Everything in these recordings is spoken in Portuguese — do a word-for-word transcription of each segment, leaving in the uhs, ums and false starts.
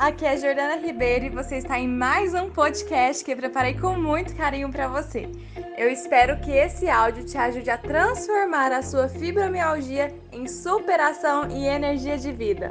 aqui é a Jordana Ribeiro e você está em mais um podcast que eu preparei com muito carinho para você. Eu espero que esse áudio te ajude a transformar a sua fibromialgia em superação e energia de vida.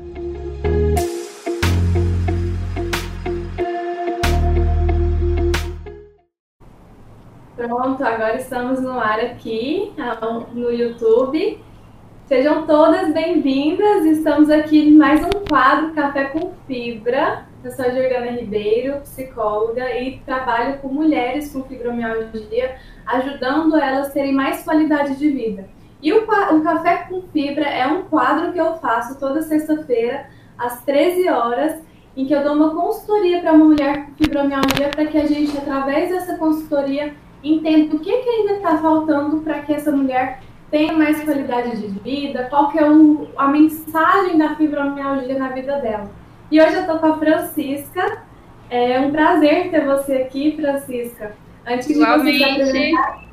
Pronto, agora estamos no ar aqui no YouTube. Sejam todas bem-vindas, estamos aqui em mais um quadro Café com Fibra. Eu sou a Jordana Ribeiro, psicóloga, e trabalho com mulheres com fibromialgia, ajudando elas a terem mais qualidade de vida. E o, o Café com Fibra é um quadro que eu faço toda sexta-feira, às treze horas, em que eu dou uma consultoria para uma mulher com fibromialgia, para que a gente, através dessa consultoria, entenda o que, que ainda está faltando para que essa mulher tenha mais qualidade de vida, qual que é o, a mensagem da fibromialgia na vida dela. E hoje eu estou com a Francisca. É um prazer ter você aqui, Francisca. Antes de Igualmente. você se apresentar,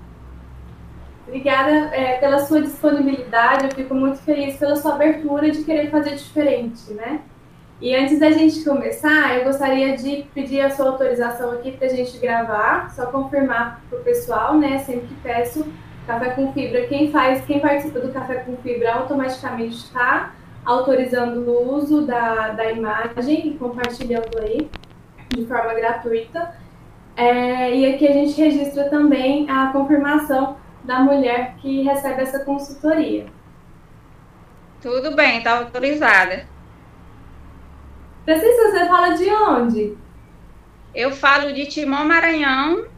obrigada é, pela sua disponibilidade. Eu fico muito feliz pela sua abertura de querer fazer diferente, né? E antes da gente começar, eu gostaria de pedir a sua autorização aqui para a gente gravar, só confirmar para o pessoal, né? Sempre que peço. Café com Fibra, quem faz, quem participa do Café com Fibra automaticamente está autorizando o uso da, da imagem e compartilhando aí de forma gratuita. É, e aqui a gente registra também a confirmação da mulher que recebe essa consultoria. Tudo bem, está autorizada. Francisca, você fala de onde? Eu falo de Timon, Maranhão.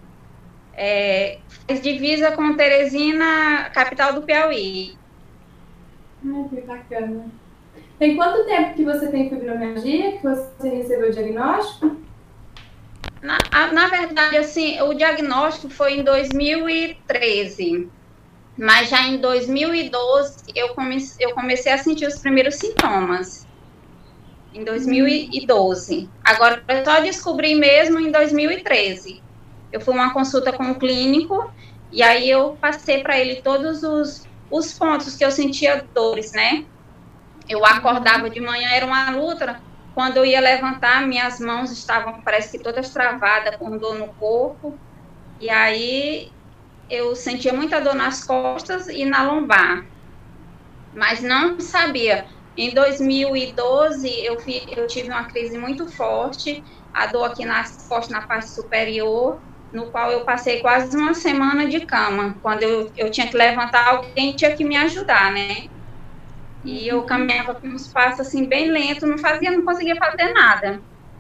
É, faz divisa com Teresina, capital do Piauí. Ai, que bacana. Tem quanto tempo que você tem fibromialgia, que você recebeu o diagnóstico? Na, na verdade, assim, o diagnóstico foi em dois mil e treze, mas já em dois mil e doze eu comecei, eu comecei a sentir os primeiros sintomas. Em dois mil e doze. Agora, eu só descobri mesmo em dois mil e treze. Eu fui uma consulta com um clínico e aí eu passei para ele todos os, os pontos que eu sentia dores, né? Eu acordava de manhã, era uma luta. Quando eu ia levantar, minhas mãos estavam, parece que todas travadas, com dor no corpo. E aí eu sentia muita dor nas costas e na lombar. Mas não sabia. Em dois mil e doze, eu, fi, eu tive uma crise muito forte, a dor aqui nas costas, na parte superior, no qual eu passei quase uma semana de cama. Quando eu, eu tinha que levantar, alguém tinha que me ajudar, né? E eu caminhava com uns passos assim, bem lento, não fazia, não conseguia fazer nada.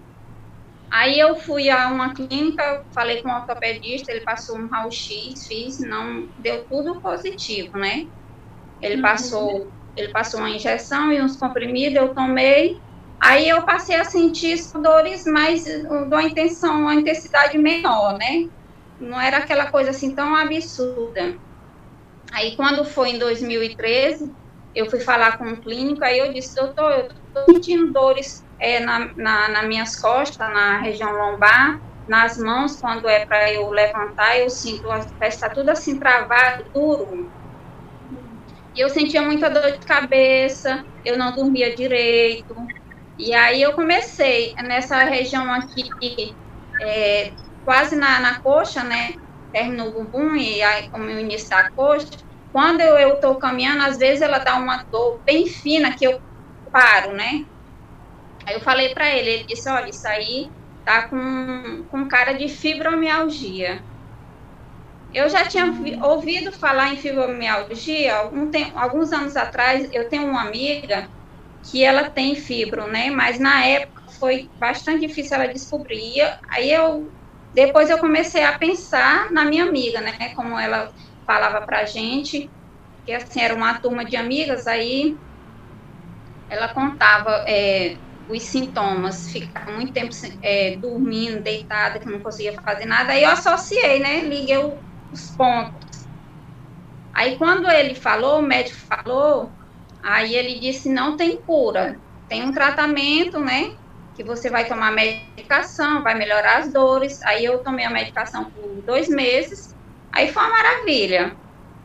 Aí eu fui a uma clínica, falei com o ortopedista, ele passou um raio-x, fiz, não, deu tudo positivo, né? Ele passou, ele passou uma injeção e uns comprimidos, eu tomei. Aí eu passei a sentir dores mais de uma intenção, uma intensidade menor, né? Não era aquela coisa assim tão absurda. Aí quando foi em dois mil e treze, eu fui falar com um clínico, aí eu disse, doutor, eu estou sentindo dores é, na, na, nas minhas costas, na região lombar, nas mãos, quando é para eu levantar, eu sinto, está tudo assim travado, duro. E eu sentia muita dor de cabeça, eu não dormia direito. E aí eu comecei nessa região aqui, é, quase na, na coxa, né? Termina o bumbum e aí como o início da coxa. Quando eu estou caminhando, às vezes ela dá uma dor bem fina que eu paro, né? Aí eu falei para ele, ele disse, olha, isso aí tá com, com cara de fibromialgia. Eu já tinha ouvido falar em fibromialgia algum tempo, alguns anos atrás. Eu tenho uma amiga que ela tem fibro, né? Mas na época foi bastante difícil ela descobrir. Aí eu, depois eu comecei a pensar na minha amiga, né? Como ela falava pra gente, que assim, era uma turma de amigas, aí ela contava é, os sintomas, ficava muito tempo é, dormindo, deitada, que não conseguia fazer nada. Aí eu associei, né? Liguei o, os pontos. Aí quando ele falou, o médico falou, aí ele disse, não tem cura, tem um tratamento, né, que você vai tomar medicação, vai melhorar as dores. Aí eu tomei a medicação por dois meses, aí foi uma maravilha.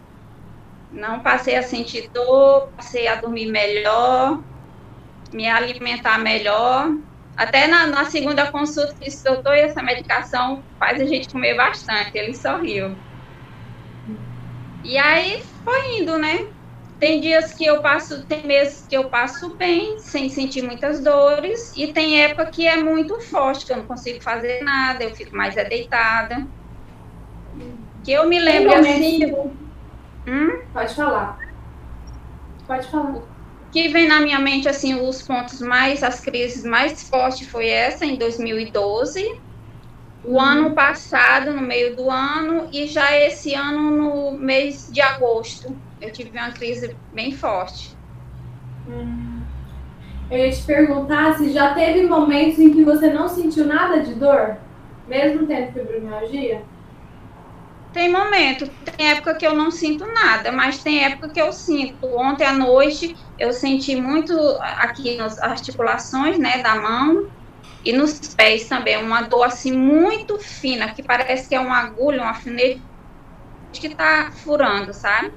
Não passei a sentir dor, passei a dormir melhor, me alimentar melhor. Até na, na segunda consulta que disse, doutor, essa medicação faz a gente comer bastante. Ele sorriu. E aí foi indo, né? Tem dias que eu passo, tem meses que eu passo bem, sem sentir muitas dores, e tem época que é muito forte, que eu não consigo fazer nada, eu fico mais é deitada. Que eu me lembro assim... Hum? Pode falar. Pode falar. Que vem na minha mente, assim, os pontos mais, as crises mais fortes foi essa, em dois mil e doze, o uhum. ano passado, no meio do ano, e já esse ano, no mês de agosto, eu tive uma crise bem forte. Hum. Eu ia te perguntar se já teve momentos em que você não sentiu nada de dor, mesmo tendo fibromialgia? Tem momento, tem época que eu não sinto nada, mas tem época que eu sinto. Ontem à noite eu senti muito aqui nas articulações, né, da mão e nos pés também, uma dor assim muito fina, que parece que é uma agulha, um alfinete que tá furando, sabe?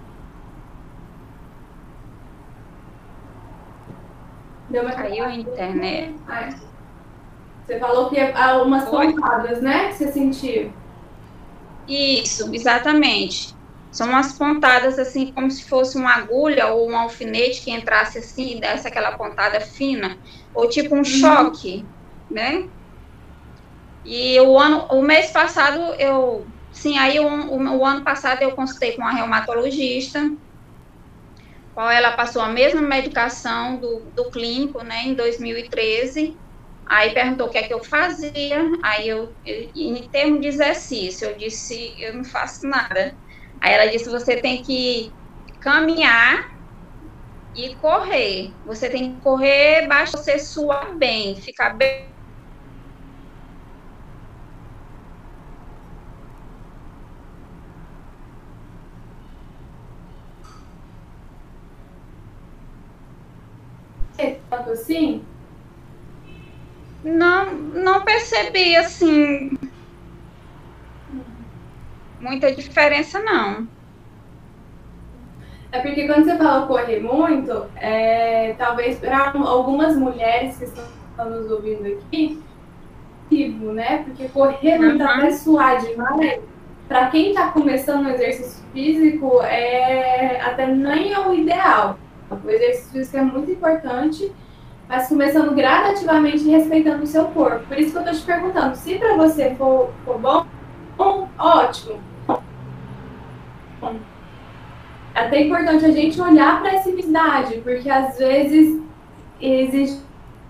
Deu uma Caiu a internet. Ai. Você falou que há umas pontadas, né, que você sentiu. Isso, exatamente. São umas pontadas assim, como se fosse uma agulha ou um alfinete que entrasse assim e desse aquela pontada fina, ou tipo um uhum. choque, né? E o ano, o mês passado eu, sim, aí o, o, o ano passado eu consultei com uma reumatologista, qual ela passou a mesma medicação do, do clínico, né, em dois mil e treze. Aí perguntou o que é que eu fazia, aí eu, eu, em termos de exercício, eu disse, eu não faço nada. Aí ela disse, você tem que caminhar e correr. Você tem que correr, basta você suar bem, ficar bem. Tanto assim? Não, não percebi, assim, muita diferença, não. É porque quando você fala correr muito, é, talvez para algumas mulheres que estão nos ouvindo aqui, né? Porque correr muito, uhum. até suar demais, para quem está começando o exercício físico, é, até nem é o ideal. O exercício físico é muito importante, mas começando gradativamente e respeitando o seu corpo. Por isso que eu tô te perguntando, se para você for, for bom, bom, ótimo. É até importante a gente olhar para essa simplicidade, porque às vezes existe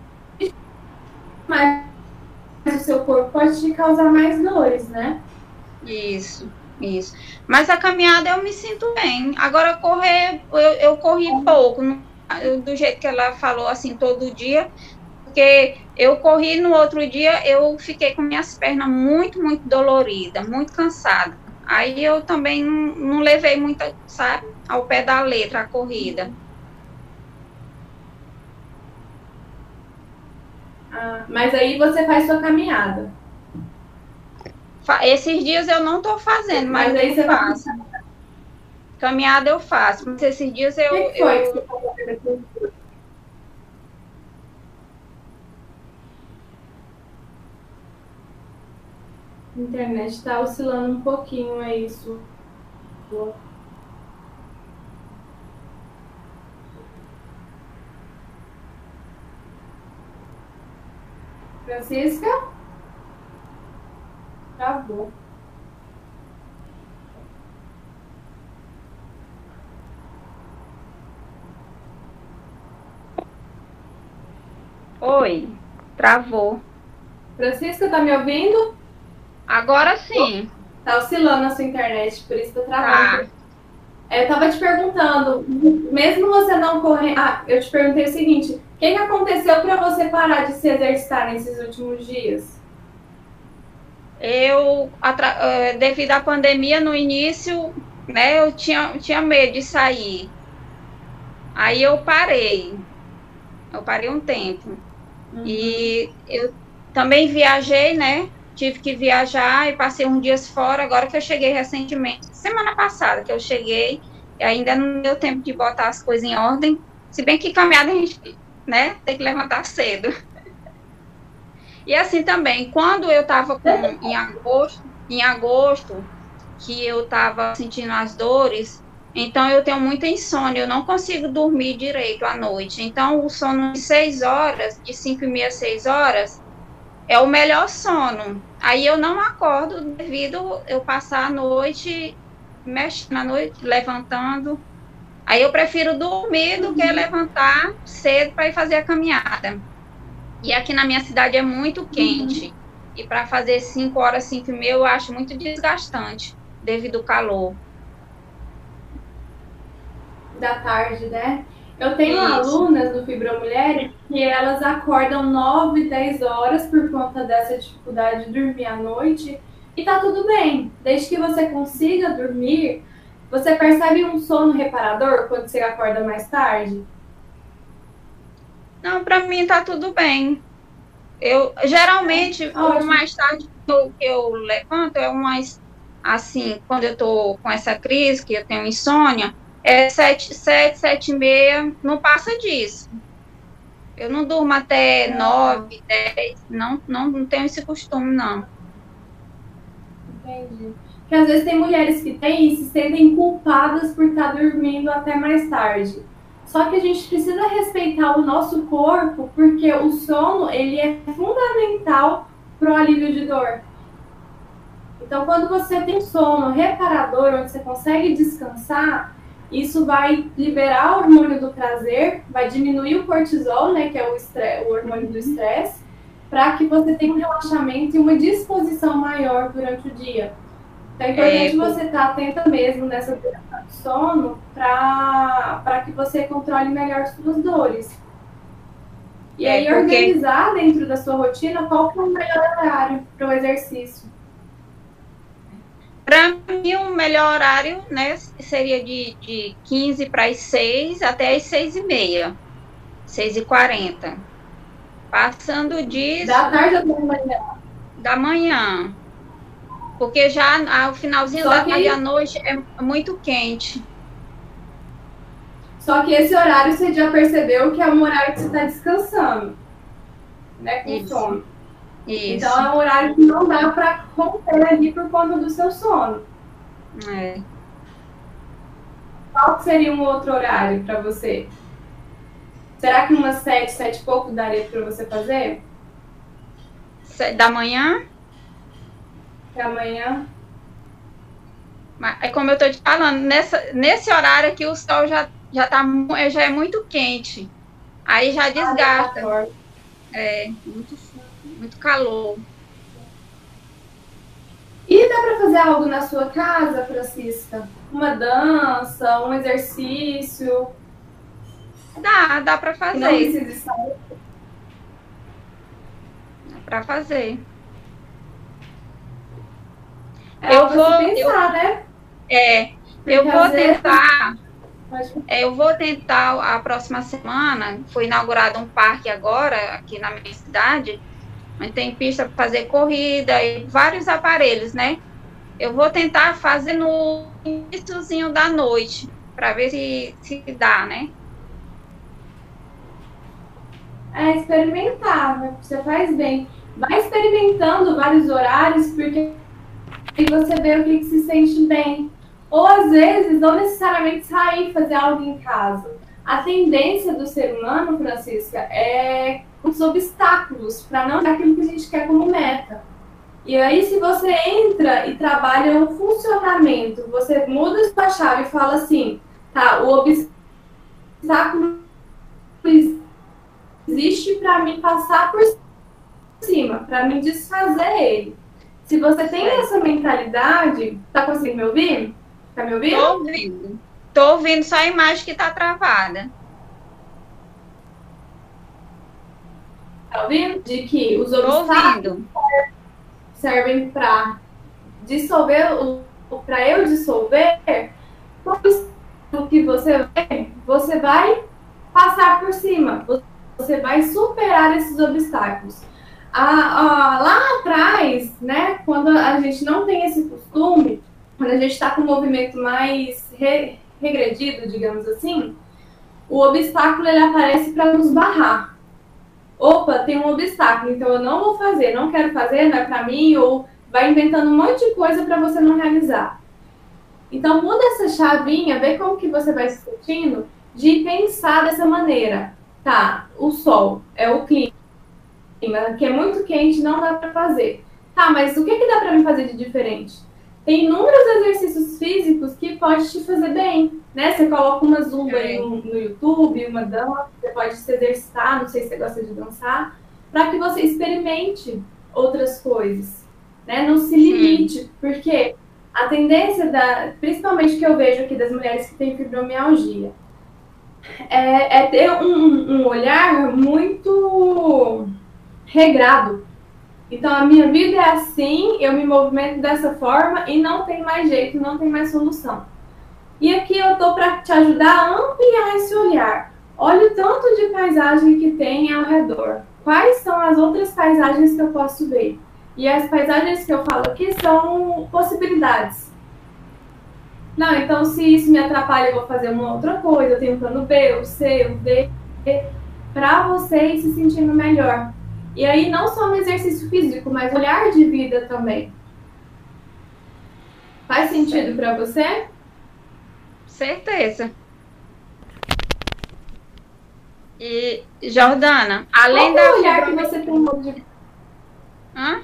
mais, o seu corpo pode te causar mais dores, né? Isso, isso. Mas a caminhada eu me sinto bem. Agora correr, eu, eu corri pouco, não do jeito que ela falou, assim, todo dia, porque eu corri no outro dia, eu fiquei com minhas pernas muito, muito doloridas, muito cansada. Aí eu também não, não levei muito, sabe, ao pé da letra a corrida. Ah, mas aí você faz sua caminhada. Esses dias eu não tô fazendo, mas, mas aí você faço. Vai... Caminhada eu faço, mas esses dias eu... O que foi eu... que você falou? A internet está oscilando um pouquinho, é isso. Francisca? Travou. Oi, travou. Francisca, tá me ouvindo? Agora sim. Tá oscilando a sua internet, por isso tá travando. Tá. Eu tava te perguntando, mesmo você não correr... Ah, eu te perguntei o seguinte, o que, que aconteceu para você parar de se exercitar nesses últimos dias? Eu, devido à pandemia, no início, né, eu tinha, tinha medo de sair. Aí eu parei. Eu parei um tempo. Uhum. E eu também viajei, né? Tive que viajar e passei uns dias fora, agora que eu cheguei recentemente, semana passada que eu cheguei, e ainda não deu tempo de botar as coisas em ordem, se bem que caminhada a gente, né, tem que levantar cedo. E assim também, quando eu estava em agosto, em agosto, que eu estava sentindo as dores, então eu tenho muita insônia, eu não consigo dormir direito à noite. Então, o sono de seis horas, de cinco e meia a seis horas, é o melhor sono. Aí eu não acordo devido eu passar a noite mexendo na noite, levantando. Aí eu prefiro dormir do que levantar cedo para ir fazer a caminhada. E aqui na minha cidade é muito quente. Uhum. E para fazer cinco horas, cinco e meia, eu acho muito desgastante, devido ao calor. Da tarde, né? Eu tenho Isso. alunas do Fibra Mulheres que elas acordam nove, dez horas por conta dessa dificuldade de dormir à noite. E tá tudo bem. Desde que você consiga dormir, você percebe um sono reparador quando você acorda mais tarde? Não, para mim tá tudo bem. Eu, geralmente, é, o mais tarde que eu, que eu levanto é mais, assim, quando eu tô com essa crise, que eu tenho insônia, é sete, sete, sete e meia, não passa disso. Eu não durmo até é. nove, dez, não, não, não tenho esse costume, não. Entendi. Porque às vezes tem mulheres que têm e se sentem culpadas por estar dormindo até mais tarde. Só que a gente precisa respeitar o nosso corpo, porque o sono, ele é fundamental para o alívio de dor. Então, quando você tem sono reparador, onde você consegue descansar, isso vai liberar o hormônio do prazer, vai diminuir o cortisol, né, que é o, estresse, o hormônio do estresse, para que você tenha um relaxamento e uma disposição maior durante o dia. Então é importante é, você estar atenta mesmo nessa duração de sono para que você controle melhor suas dores. E é, aí porque... organizar dentro da sua rotina qual que é o melhor horário para o exercício. Para mim, o melhor horário, né, seria de, de quinze para as seis até as seis e meia, seis e quarenta. Passando disso... Da tarde ou da manhã? Da manhã. Porque já ao finalzinho Só da tarde à noite é muito quente. Só que esse horário você já percebeu que é um horário que você está descansando, né, com Isso. sono. Isso. Então é um horário que não dá para romper ali por conta do seu sono. É. Qual seria um outro horário para você? Será que umas sete, sete e pouco daria para você fazer? Da manhã? Da manhã. É como eu estou te falando, nessa, nesse horário aqui o sol já, já, tá, já é muito quente. Aí já desgasta. Ah, é, muito, muito calor. E dá para fazer algo na sua casa, Francisca? Uma dança, um exercício? Dá, dá para fazer. Não precisa estar. Dá para fazer. É eu vou pensar, eu, né? É, Porque eu vou tentar. Vezes... É, eu vou tentar a próxima semana. Foi inaugurado um parque agora aqui na minha cidade, onde tem pista para fazer corrida e vários aparelhos, né? Eu vou tentar fazer no iníciozinho da noite para ver se se dá, né? É experimentar, né? Você faz bem. Vai experimentando vários horários, porque e você vê o que, que se sente bem. Ou, às vezes, não necessariamente sair fazer algo em casa. A tendência do ser humano, Francisca, é os obstáculos para não ter aquilo que a gente quer como meta. E aí, se você entra e trabalha um funcionamento, você muda a sua chave e fala assim, tá, o obstáculo existe para mim passar por cima, para mim desfazer ele. Se você tem é. essa mentalidade, tá conseguindo me ouvir? Tá me ouvindo? Tô ouvindo. Tô ouvindo só a imagem que tá travada. Tá ouvindo? De que os obstáculos servem para dissolver, para eu dissolver, o que você vê, você vai passar por cima. Você vai superar esses obstáculos. Ah, ah, lá atrás, né, quando a gente não tem esse costume, quando a gente está com um movimento mais re, regredido, digamos assim, o obstáculo ele aparece para nos barrar. opa, tem um obstáculo, então eu não vou fazer, não quero fazer, não é para mim, ou vai inventando um monte de coisa para você não realizar. Então muda essa chavinha, vê como que você vai se sentindo, de pensar dessa maneira. Tá, o sol é o clima, que é muito quente, não dá para fazer. Tá, mas o que, que dá para me fazer de diferente? Tem inúmeros exercícios físicos que pode te fazer bem, né? Você coloca uma zumba aí no, no YouTube, uma dança, você pode se exercitar, não sei se você gosta de dançar, para que você experimente outras coisas, né? Não se limite, Sim. porque a tendência da, principalmente que eu vejo aqui das mulheres que têm fibromialgia, é, é ter um, um olhar muito regrado. Então, a minha vida é assim, eu me movimento dessa forma e não tem mais jeito, não tem mais solução. E aqui eu tô para te ajudar a ampliar esse olhar. Olha o tanto de paisagem que tem ao redor. Quais são as outras paisagens que eu posso ver? E as paisagens que eu falo aqui são possibilidades. Não, então se isso me atrapalha, eu vou fazer uma outra coisa. Eu tenho o plano B, o C, o D, para você ir se sentindo melhor. E aí não só no exercício físico, mas olhar de vida também. Faz sentido para você? Certeza. E, Jordana, além Qual da é o olhar fibromialgia... que você tem de... Hã?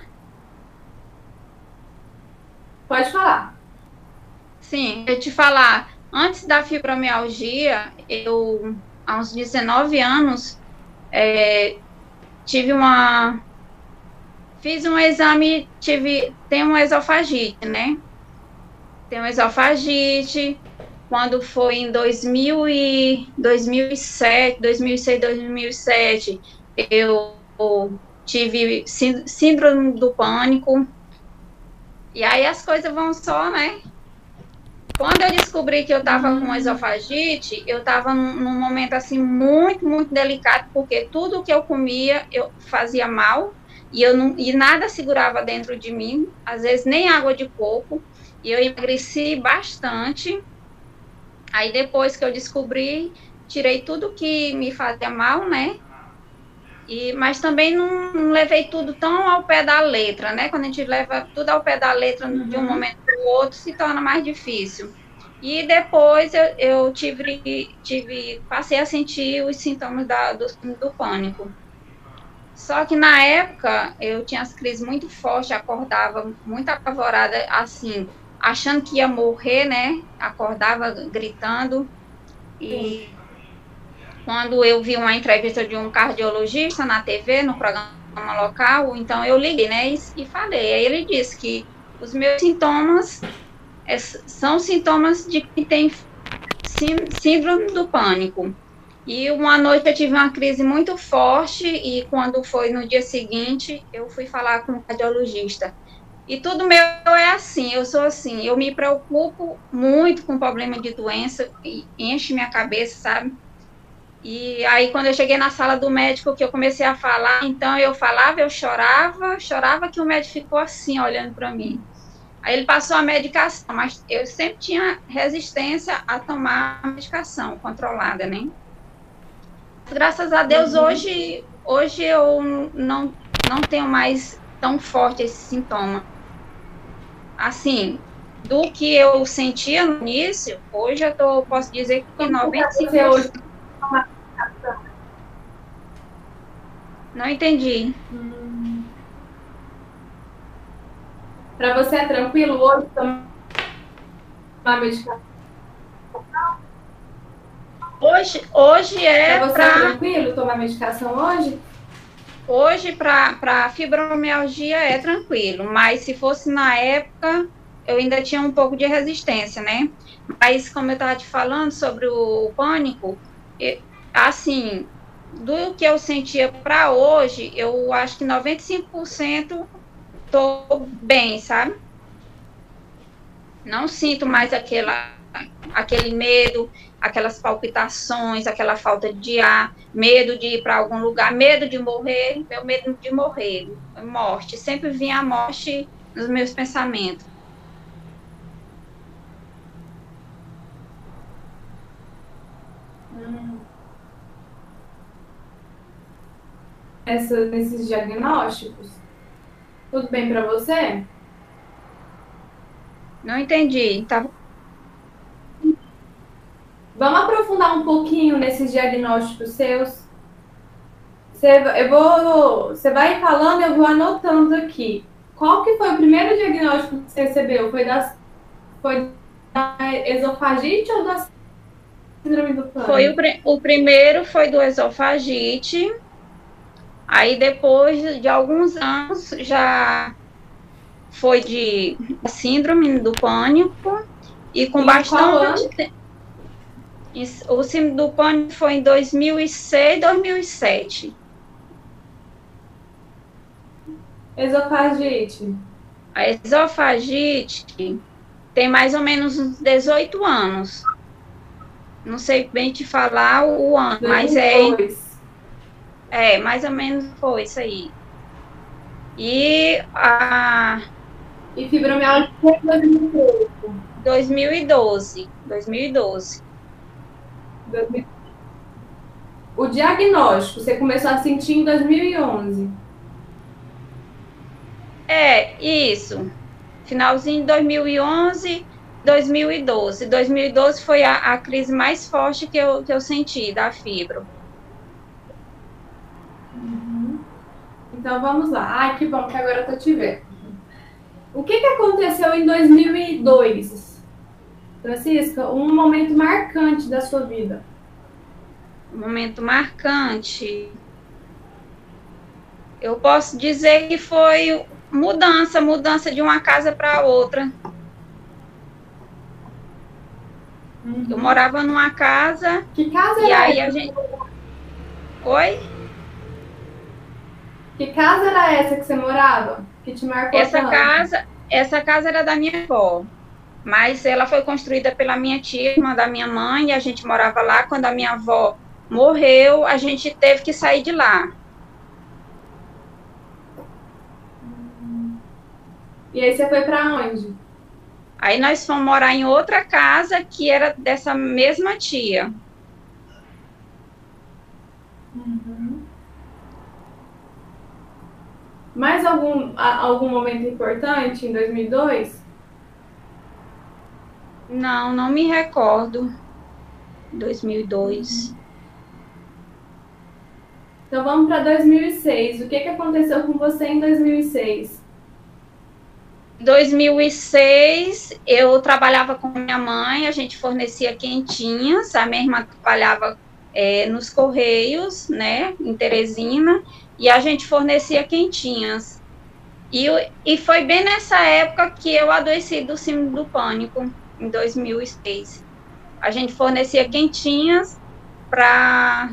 Pode falar. Sim, eu te falar, antes da fibromialgia, eu, há uns dezenove anos, é, tive uma... Fiz um exame, tive, tem uma esofagite, né? Tem uma esofagite. Quando foi em dois mil e, dois mil e sete, dois mil e seis, dois mil e sete, eu tive síndrome do pânico. E aí as coisas vão só, né? Quando eu descobri que eu estava com esofagite, eu estava num, num momento, assim, muito, muito delicado, porque tudo que eu comia, eu fazia mal, e, eu não, e nada segurava dentro de mim, às vezes nem água de coco, e eu emagreci bastante. Aí, depois que eu descobri, tirei tudo que me fazia mal, né? E, mas também não, não levei tudo tão ao pé da letra, né? Quando a gente leva tudo ao pé da letra uhum. de um momento para o outro, se torna mais difícil. E depois eu, eu tive, tive, passei a sentir os sintomas da, do, do pânico. Só que na época eu tinha as crises muito fortes, acordava muito apavorada, assim, achando que ia morrer, né? Acordava gritando. E Sim. quando eu vi uma entrevista de um cardiologista na T V, no programa local, então eu liguei, né? E, e falei. Aí ele disse que os meus sintomas é, são sintomas de que tem síndrome do pânico. E uma noite eu tive uma crise muito forte e quando foi no dia seguinte, eu fui falar com o cardiologista. E tudo meu é assim, eu sou assim, eu me preocupo muito com problema de doença, e enche minha cabeça, sabe? E aí quando eu cheguei na sala do médico, que eu comecei a falar, então eu falava, eu chorava, chorava que o médico ficou assim, olhando para mim. Aí ele passou a medicação, mas eu sempre tinha resistência a tomar a medicação controlada, né? Graças a Deus, uhum. hoje, hoje eu não, não tenho mais tão forte esse sintoma. Assim, do que eu sentia no início, hoje eu tô, posso dizer que noventa e cinco por cento. Não entendi. Hum. Para você é tranquilo hoje tomar medicação? Hoje, hoje é para você pra... é tranquilo tomar medicação hoje? Hoje, para fibromialgia, é tranquilo, mas se fosse na época, eu ainda tinha um pouco de resistência, né? Mas, como eu estava te falando sobre o pânico, eu, assim, do que eu sentia para hoje, eu acho que noventa e cinco por cento estou bem, sabe? Não sinto mais aquela, aquele medo, aquelas palpitações, aquela falta de ar, medo de ir para algum lugar, medo de morrer, meu medo de morrer, morte. Sempre vinha a morte nos meus pensamentos. Hum. essa, nesses diagnósticos? Tudo bem para você? Não entendi. Tá... Vamos aprofundar um pouquinho nesses diagnósticos seus. Você, eu vou, você vai falando, eu vou anotando aqui. Qual que foi o primeiro diagnóstico que você recebeu? Foi, das, foi da esofagite ou da síndrome do pânico? Foi o, o primeiro foi do esofagite. Aí depois de alguns anos já foi de síndrome do pânico e com e bastante tempo. O síndrome do pânico foi em dois mil e seis, dois mil e sete. Esofagite. A esofagite tem mais ou menos uns dezoito anos. Não sei bem te falar o ano, mas é, é, mais ou menos foi isso aí. E a... E fibromialgia foi dois mil e doze. dois mil e doze. O diagnóstico, você começou a sentir em dois mil e onze. É, isso. Finalzinho de dois mil e onze, dois mil e doze. dois mil e doze foi a, a crise mais forte que eu, que eu senti da fibro. Uhum. Então, vamos lá. Ai, que bom que agora eu tô te vendo. O que, que aconteceu em dois mil e dois? Francisca, um momento marcante da sua vida. Um momento marcante. Eu posso dizer que foi mudança, mudança de uma casa para outra. Uhum. Eu morava numa casa. Que casa e era aí essa? A gente... Oi? Que casa era essa que você morava? Que te marcou essa tanto? casa, essa casa era da minha avó, mas ela foi construída pela minha tia, irmã da minha mãe, e a gente morava lá. Quando a minha avó morreu, a gente teve que sair de lá. E aí você foi para onde? Aí nós fomos morar em outra casa que era dessa mesma tia. Uhum. Mais algum, algum momento importante em dois mil e dois? Não, não me recordo. dois mil e dois. Uhum. Então vamos para dois mil e seis. O que, que aconteceu com você em dois mil e seis? dois mil e seis, eu trabalhava com minha mãe, a gente fornecia quentinhas, a minha irmã trabalhava é, nos Correios, né, em Teresina, e a gente fornecia quentinhas. E, e foi bem nessa época que eu adoeci do síndrome do pânico, em dois mil e seis. A gente fornecia quentinhas para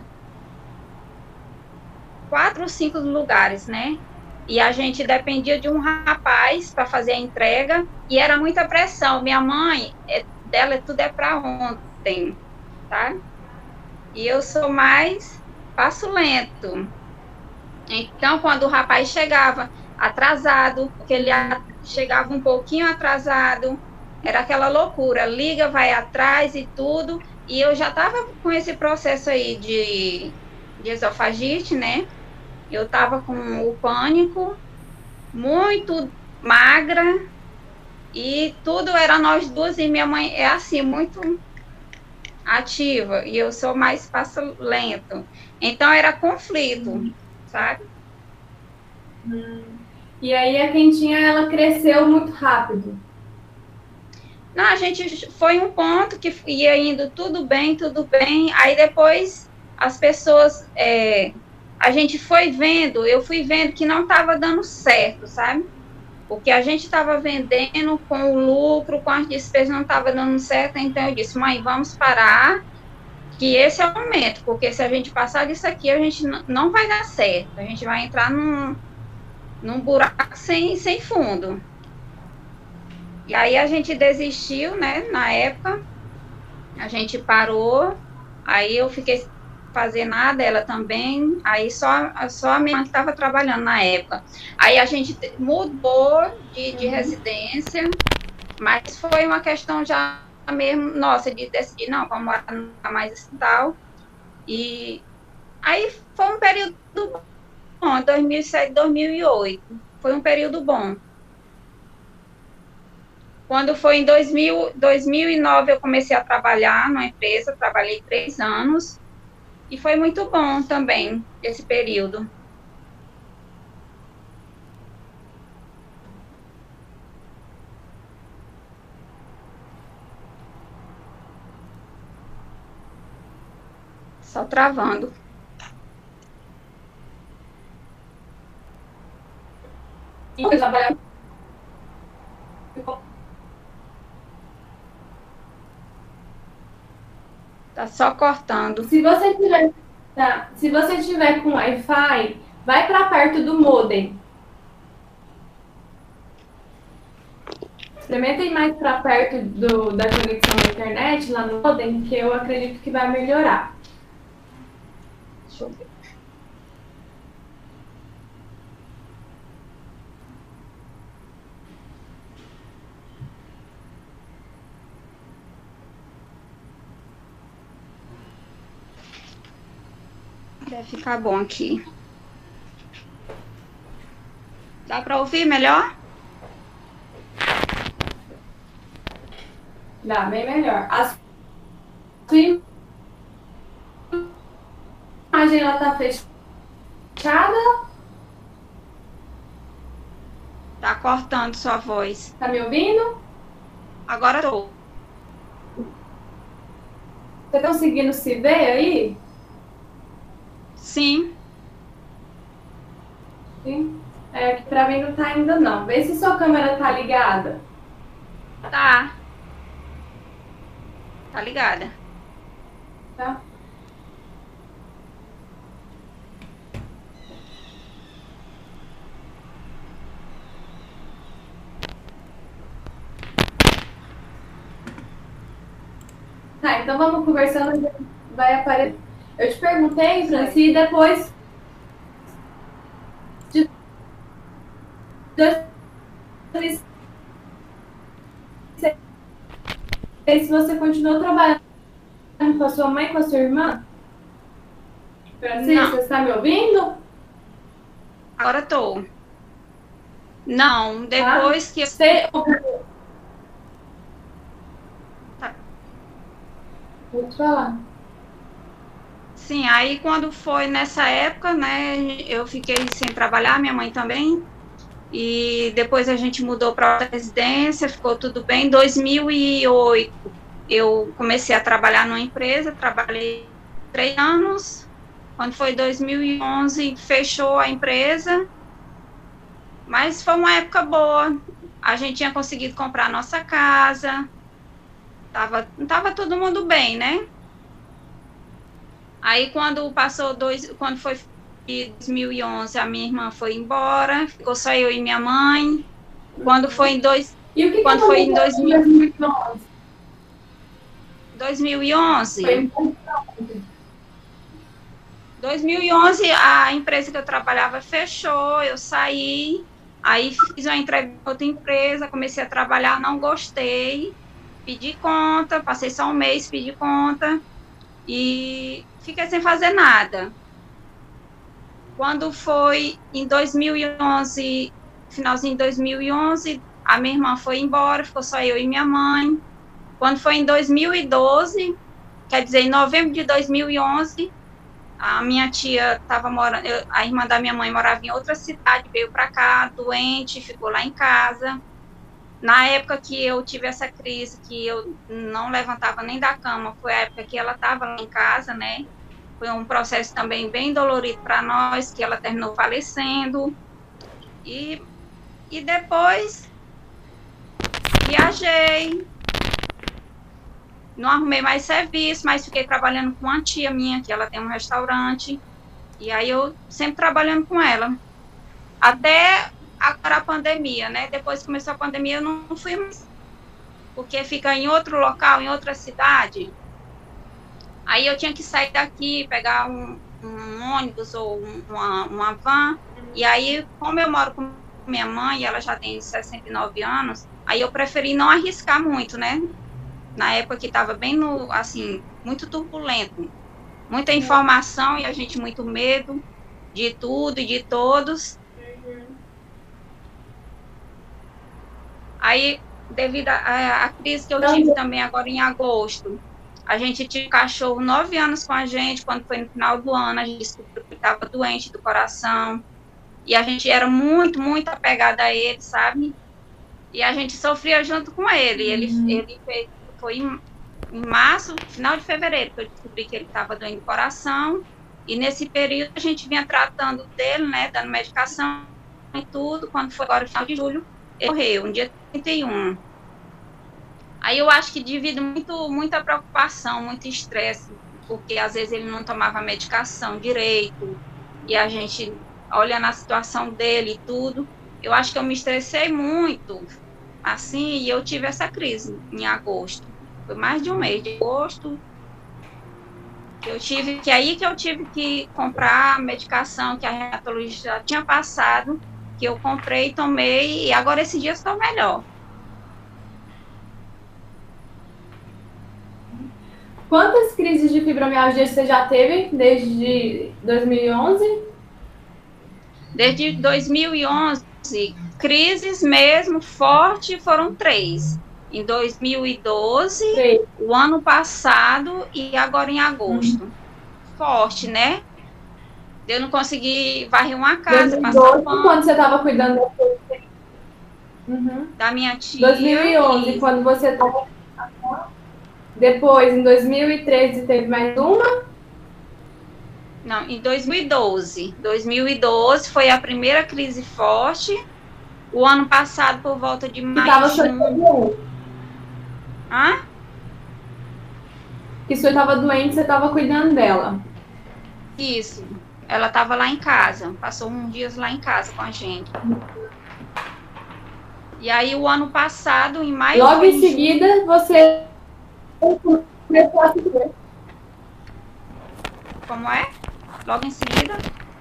quatro ou cinco lugares, né? E a gente dependia de um rapaz para fazer a entrega, e era muita pressão. Minha mãe, é, dela tudo é para ontem, tá? E eu sou mais passo lento. Então, quando o rapaz chegava atrasado, porque ele chegava um pouquinho atrasado, era aquela loucura, liga, vai atrás e tudo, e eu já estava com esse processo aí de, de esofagite, né? Eu estava com o pânico, muito magra, e tudo era nós duas, e minha mãe é assim, muito ativa, e eu sou mais passo lento. Então, era conflito, hum. sabe? Hum. E aí a quentinha, ela cresceu muito rápido. Não, a gente foi um ponto que ia indo tudo bem, tudo bem, aí depois as pessoas... É, a gente foi vendo, eu fui vendo que não estava dando certo, sabe? Porque a gente estava vendendo com o lucro, com as despesas, não estava dando certo, então eu disse, mãe, vamos parar, que esse é o momento, porque se a gente passar disso aqui, a gente não vai dar certo, a gente vai entrar num, num buraco sem, sem fundo. E aí a gente desistiu, né, na época, a gente parou, aí eu fiquei fazer nada, ela também, aí só, só a minha mãe que estava trabalhando na época. Aí a gente mudou de, de uhum. residência, mas foi uma questão já mesmo, nossa, de decidir, não, vamos morar mais e tal. E aí foi um período bom, bom, dois mil e sete, dois mil e oito. Foi um período bom. Quando foi em dois mil, dois mil e nove, eu comecei a trabalhar numa empresa, trabalhei três anos, e foi muito bom também, esse período. Só travando. E eu trabalhava. Tá só cortando. Se você tiver, tá, se você tiver com Wi-Fi, vai para perto do modem. Experimenta ir mais para perto do, da conexão da internet, lá no modem, que eu acredito que vai melhorar. Deixa eu ver. Deve ficar bom aqui. Dá para ouvir melhor? Dá, bem melhor. A sua imagem, ela tá fechada? Tá cortando sua voz. Tá me ouvindo? Agora tô. Você tá conseguindo se ver aí? Sim. Sim. É que pra mim não tá ainda não. Vê se sua câmera tá ligada. Tá. Tá ligada. Tá? Tá, então vamos conversando, vai aparecer. Eu te perguntei, Franci, e depois de se você continuou trabalhando com a sua mãe, com a sua irmã? Franci, você está me ouvindo? Agora tô. Não, depois tá. que... Você... Tá. Vou te falar. Sim, aí quando foi nessa época, né, eu fiquei sem trabalhar, minha mãe também, e depois a gente mudou para a residência, ficou tudo bem. Em dois mil e oito, eu comecei a trabalhar numa empresa, trabalhei três anos, quando foi dois mil e onze, fechou a empresa, mas foi uma época boa, a gente tinha conseguido comprar a nossa casa, tava, tava todo mundo bem, né? Aí, quando passou dois, quando foi em dois mil e onze, a minha irmã foi embora, ficou só eu e minha mãe. Quando foi em dois, e o que quando que foi em dois mil, dois mil e onze? dois mil e onze? Foi dois mil e onze, a empresa que eu trabalhava fechou, eu saí, aí fiz uma entrevista em outra empresa, comecei a trabalhar, não gostei, pedi conta, passei só um mês, pedi conta e fiquei sem fazer nada. Quando foi em dois mil e onze, finalzinho de dois mil e onze, a minha irmã foi embora, ficou só eu e minha mãe. Quando foi em dois mil e doze, quer dizer, em novembro de dois mil e onze, a minha tia estava morando, eu, a irmã da minha mãe morava em outra cidade, veio para cá, doente, ficou lá em casa. Na época que eu tive essa crise, que eu não levantava nem da cama, foi a época que ela estava lá em casa, né? Foi um processo também bem dolorido para nós, que ela terminou falecendo. E, e depois viajei, não arrumei mais serviço, mas fiquei trabalhando com uma tia minha, que ela tem um restaurante, e aí eu sempre trabalhando com ela. Até agora a pandemia, né? Depois que começou a pandemia, eu não fui mais, porque fica em outro local, em outra cidade. Aí eu tinha que sair daqui, pegar um, um ônibus ou uma, uma van, e aí, como eu moro com minha mãe, ela já tem sessenta e nove anos, aí eu preferi não arriscar muito, né? Na época que estava bem, no, assim, muito turbulento, muita informação e a gente muito medo. de tudo e de todos. Uhum. Aí, devido à crise que eu tive também agora em agosto, a gente tinha um cachorro nove anos com a gente, quando foi no final do ano, a gente descobriu que ele estava doente do coração, e a gente era muito, muito apegada a ele, sabe? E a gente sofria junto com ele. Ele, uhum. ele fez, foi em, em março, final de fevereiro, que eu descobri que ele estava doente do coração, e nesse período a gente vinha tratando dele, né, dando medicação e tudo. Quando foi agora, no final de julho, ele morreu, no dia trinta e um. Aí eu acho que devido muito, muita preocupação, muito estresse, porque às vezes ele não tomava medicação direito, e a gente olha na situação dele e tudo, eu acho que eu me estressei muito, assim, e eu tive essa crise em agosto. Foi mais de um mês de agosto, que eu tive, que aí que eu tive que comprar a medicação que a reumatologista já tinha passado, que eu comprei, tomei, e agora esse dia estou melhor. Quantas crises de fibromialgia você já teve desde dois mil e onze? Desde dois mil e onze, crises mesmo forte foram três. Em dois mil e doze, três. O ano passado e agora em agosto. Uhum. Forte, né? Eu não consegui varrer uma casa, dois mil e doze, passar quando você estava cuidando da, uhum. da minha tia. dois mil e onze, e... quando você estava... Depois, em dois mil e treze, teve mais uma? Não, em dois mil e doze. dois mil e doze foi a primeira crise forte. O ano passado, por volta de maio de junho. Hã? Que sua estava doente, você estava cuidando dela. Isso. Ela estava lá em casa. Passou uns dias lá em casa com a gente. E aí, o ano passado, em maio... Logo em seguida, junho, você... começou a se... Como é? Logo em seguida?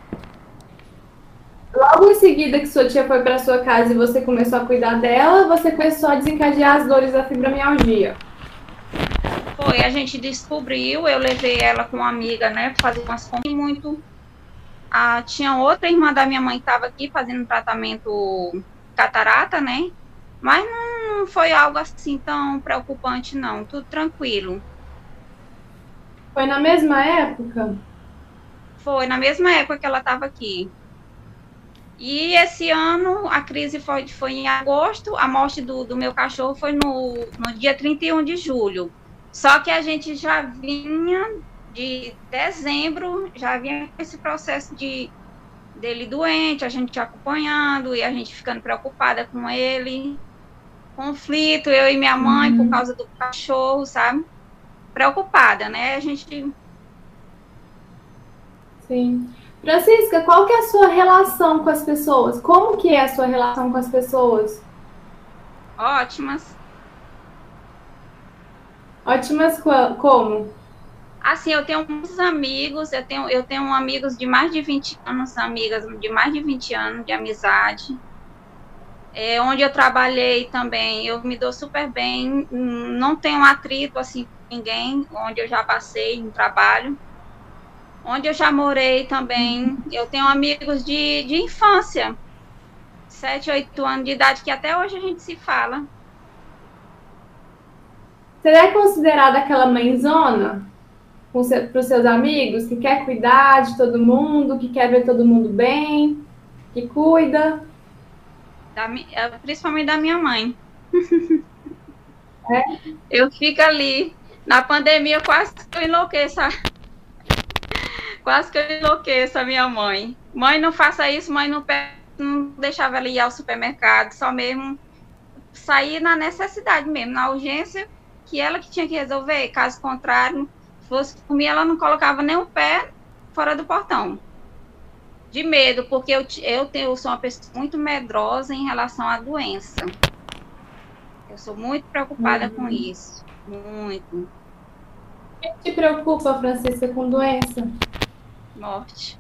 Logo em seguida que sua tia foi para sua casa e você começou a cuidar dela, você começou a desencadear as dores da fibromialgia. Foi, a gente descobriu, eu levei ela com uma amiga, né, para fazer umas compras muito. Ah, tinha outra irmã da minha mãe que estava aqui fazendo tratamento catarata, né? Mas não foi algo assim tão preocupante, não. Tudo tranquilo. Foi na mesma época? Foi, na mesma época que ela estava aqui. E esse ano, a crise foi, foi em agosto, a morte do, do meu cachorro foi no, no dia trinta e um de julho. Só que a gente já vinha de dezembro, já vinha com esse processo de dele doente, a gente acompanhando e a gente ficando preocupada com ele. Conflito, eu e minha mãe, uhum. por causa do cachorro, sabe? Preocupada, né? A gente... Sim. Francisca, qual que é a sua relação com as pessoas? Como que é a sua relação com as pessoas? Ótimas. Ótimas como? Assim, eu tenho muitos amigos, eu tenho, eu tenho amigos de mais de vinte anos, amigas de mais de vinte anos de amizade. É, onde eu trabalhei também, eu me dou super bem, não tenho atrito assim com ninguém, onde eu já passei no trabalho. Onde eu já morei também, eu tenho amigos de, de infância, sete, oito anos de idade, que até hoje a gente se fala. Você é considerada aquela mãezona para os seus amigos, que quer cuidar de todo mundo, que quer ver todo mundo bem, que cuida? Da, principalmente da minha mãe. É? Eu fico ali, na pandemia quase que eu enlouqueço. Quase que eu enlouqueço a minha mãe. Mãe, não faça isso, mãe, não, não deixava ela ir ao supermercado, só mesmo sair na necessidade mesmo, na urgência, que ela que tinha que resolver. Caso contrário, fosse por mim, ela não colocava nem o pé fora do portão. De medo, porque eu, eu, tenho, eu sou uma pessoa muito medrosa em relação à doença. Eu sou muito preocupada uhum. com isso. Muito. O que te preocupa, Francisca, com doença? Morte.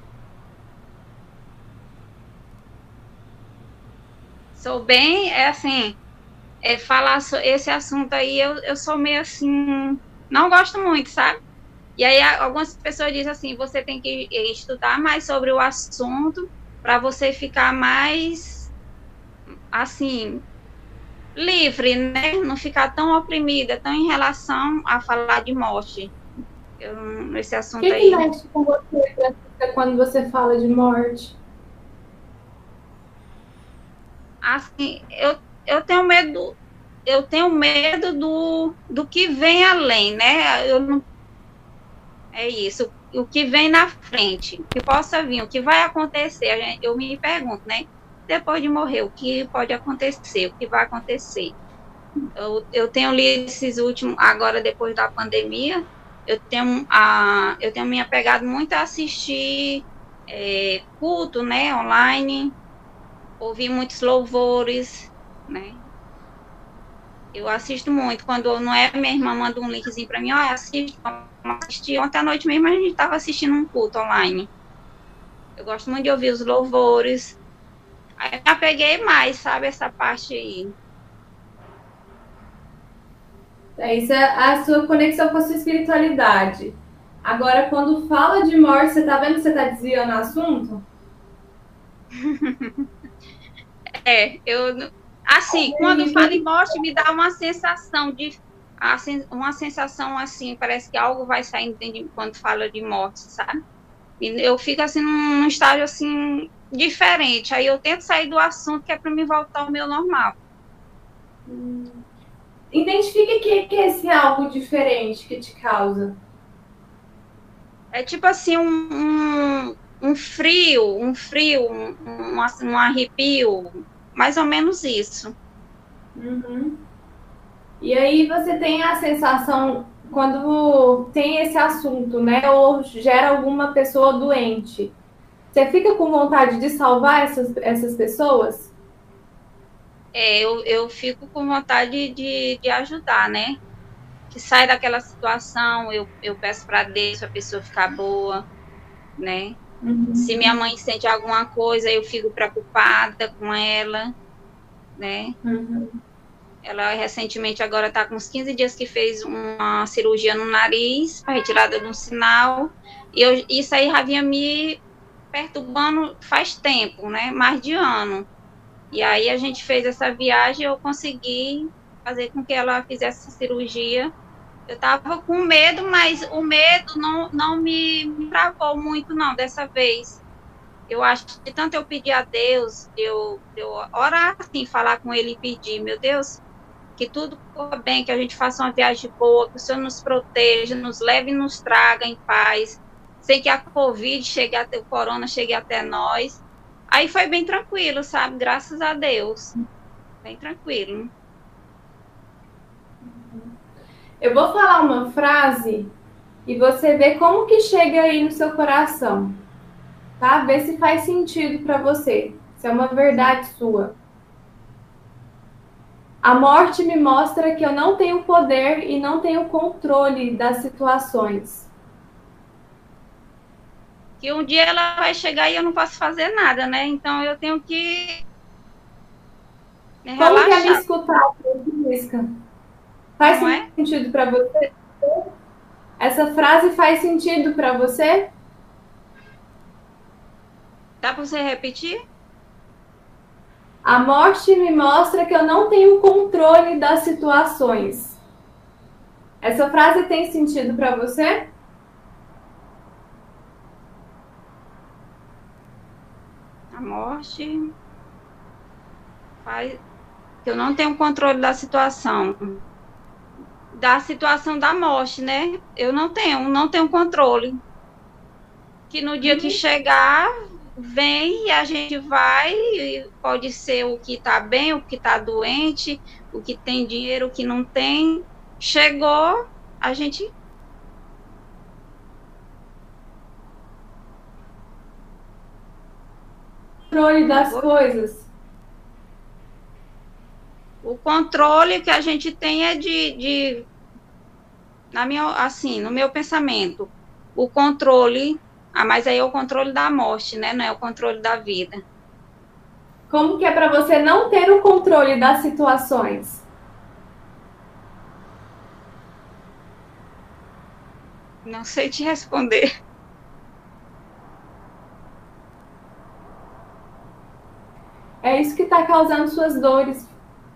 Sou bem, é assim, é, falar esse assunto aí, eu, eu sou meio assim, não gosto muito, sabe? E aí algumas pessoas dizem assim, você tem que estudar mais sobre o assunto para você ficar mais, assim, livre, né? Não ficar tão oprimida, tão em relação a falar de morte. Eu, esse O assunto que que aí... mexe com você, Francisca, quando você fala de morte? Assim, eu, eu tenho medo, eu tenho medo do, do que vem além, né? Eu não, é isso, o que vem na frente, o que possa vir, o que vai acontecer. Eu me pergunto, né? Depois de morrer, o que pode acontecer, o que vai acontecer? Eu, eu tenho lido esses últimos, agora depois da pandemia, eu tenho, a, eu tenho me apegado muito a assistir é, culto, né, online, ouvir muitos louvores, né? Eu assisto muito. Quando não é, minha irmã manda um linkzinho para mim, ó, assiste, assisti. Ontem à noite mesmo a gente estava assistindo um culto online. Eu gosto muito de ouvir os louvores. Aí eu me apeguei mais, sabe, essa parte aí. É isso, é a sua conexão com a sua espiritualidade. Agora, quando fala de morte, você tá vendo que você tá desviando o assunto? É, eu, assim, quando falo em morte, me dá uma sensação de, uma sensação assim, parece que algo vai saindo de mim quando fala de morte, sabe? E eu fico assim num estágio assim diferente. Aí eu tento sair do assunto que é para me voltar ao meu normal. Hum. Identifique o que, que é esse algo diferente que te causa. É tipo assim um, um, um frio, um frio, um, um, um arrepio, mais ou menos isso. Uhum. E aí você tem a sensação, quando tem esse assunto, né, ou gera alguma pessoa doente, você fica com vontade de salvar essas, essas pessoas? É, eu, eu fico com vontade de, de ajudar, né? Que sai daquela situação, eu, eu peço para Deus a pessoa ficar boa, né? Uhum. Se minha mãe sente alguma coisa, eu fico preocupada com ela, né? Uhum. Ela recentemente agora está com uns quinze dias que fez uma cirurgia no nariz, a retirada de um sinal, e eu, isso aí já vinha me perturbando faz tempo, né? Mais de ano. E aí a gente fez essa viagem e eu consegui fazer com que ela fizesse essa cirurgia. Eu estava com medo, mas o medo não, não me, me travou muito, não, dessa vez. Eu acho que tanto eu pedir a Deus, eu, eu orar assim, falar com Ele e pedir, meu Deus, que tudo corra bem, que a gente faça uma viagem boa, que o Senhor nos proteja, nos leve e nos traga em paz, sem que a Covid chegue até, o corona chegue até nós. Aí foi bem tranquilo, sabe? Graças a Deus. Bem tranquilo. Eu vou falar uma frase e você vê como que chega aí no seu coração, tá? Vê se faz sentido para você, se é uma verdade sua. A morte me mostra que eu não tenho poder e não tenho controle das situações. Que um dia ela vai chegar e eu não posso fazer nada, né? Então eu tenho que me Como que é me relaxar. escutar, Francisca? Faz Como é? sentido para você? Essa frase faz sentido para você? Dá para você repetir? A morte me mostra que eu não tenho controle das situações. Essa frase tem sentido para você? A morte faz que eu não tenho controle da situação. Da situação da morte, né? Eu não tenho, não tenho controle. Que no dia que chegar, vem e a gente vai, pode ser o que está bem, o que está doente, o que tem dinheiro, o que não tem. Chegou, a gente... Controle das coisas. O controle que a gente tem é de, de na minha, assim, no meu pensamento, o controle, ah, mas aí é o controle da morte, né? Não é o controle da vida. Como que é para você não ter o controle das situações? Não sei te responder. É isso que está causando suas dores.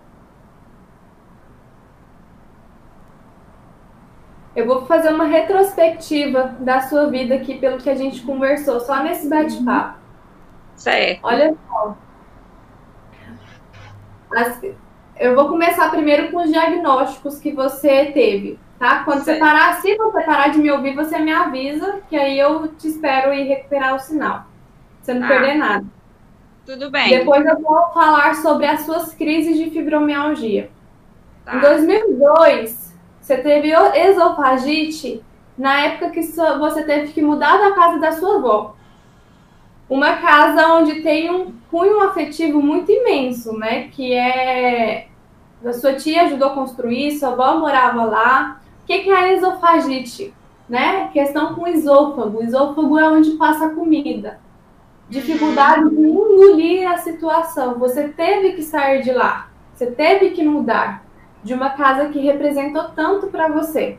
Eu vou fazer uma retrospectiva da sua vida aqui, pelo que a gente conversou, só nesse bate-papo. Certo. Olha só. As, eu vou começar primeiro com os diagnósticos que você teve, tá? Quando certo. você parar, se você parar de me ouvir, você me avisa, que aí eu te espero ir recuperar o sinal. Você não ah, perder nada. Tudo bem. Depois eu vou falar sobre as suas crises de fibromialgia. Tá. Em dois mil e dois, você teve esofagite na época que você teve que mudar da casa da sua avó. Uma casa onde tem um cunho afetivo muito imenso, né? Que é... A sua tia ajudou a construir, sua avó morava lá. O que é a esofagite? Né? Questão com o esôfago. O esôfago é onde passa a comida. Dificuldade de engolir a situação. Você teve que sair de lá. Você teve que mudar de uma casa que representou tanto para você.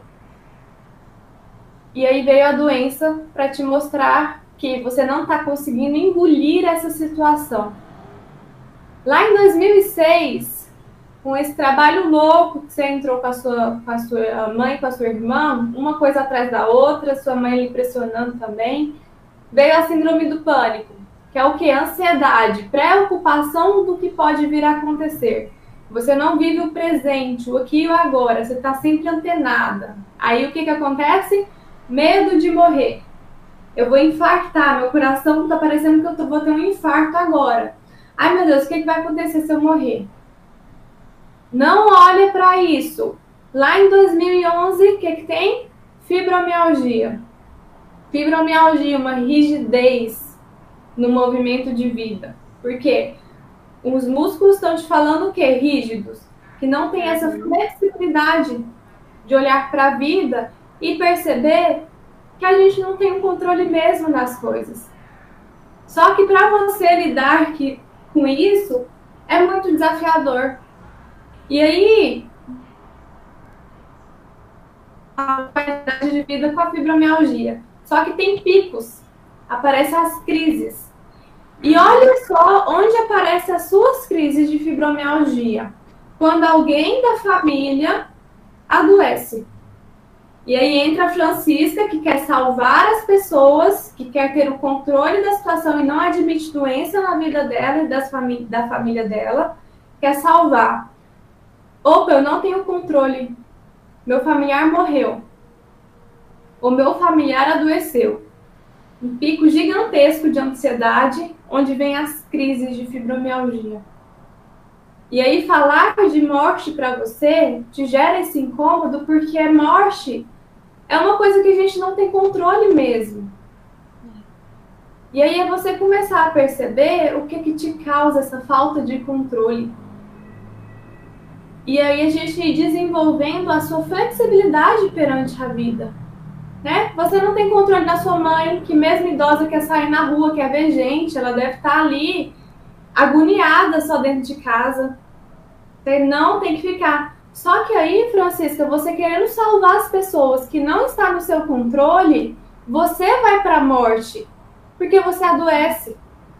E aí veio a doença para te mostrar que você não está conseguindo engolir essa situação. Lá em dois mil e seis, com esse trabalho louco que você entrou com a sua, com a sua mãe, com a sua irmã, uma coisa atrás da outra, sua mãe lhe pressionando também, veio a síndrome do pânico, que é o que? Ansiedade, preocupação do que pode vir a acontecer. Você não vive o presente, o aqui e o agora, você está sempre antenada. Aí o que, que acontece? Medo de morrer. Eu vou infartar, meu coração está parecendo que eu tô, vou ter um infarto agora. Ai meu Deus, o que, que vai acontecer se eu morrer? Não olhe para isso. Lá em dois mil e onze, o que, que tem? Fibromialgia. Fibromialgia, uma rigidez no movimento de vida. Por quê? Os músculos estão te falando o quê? Rígidos. Que não tem essa flexibilidade de olhar para a vida e perceber que a gente não tem um controle mesmo das coisas. Só que para você lidar que, com isso, é muito desafiador. E aí, a qualidade de vida com a fibromialgia. Só que tem picos, aparecem as crises. E olha só onde aparecem as suas crises de fibromialgia. Quando alguém da família adoece. E aí entra a Francisca, que quer salvar as pessoas, que quer ter o controle da situação e não admite doença na vida dela e das famí- da família dela, quer salvar. Opa, eu não tenho controle. Meu familiar morreu. O meu familiar adoeceu. Um pico gigantesco de ansiedade, onde vem as crises de fibromialgia. E aí falar de morte para você te gera esse incômodo, porque a morte é uma coisa que a gente não tem controle mesmo. E aí é você começar a perceber o que, que te causa essa falta de controle. E aí a gente ir desenvolvendo a sua flexibilidade perante a vida. Né? Você não tem controle da sua mãe, que mesmo idosa quer sair na rua, quer ver gente, ela deve estar ali agoniada só dentro de casa. Você não tem que ficar. Só que aí, Francisca, você querendo salvar as pessoas que não estão no seu controle, você vai para a morte, porque você adoece.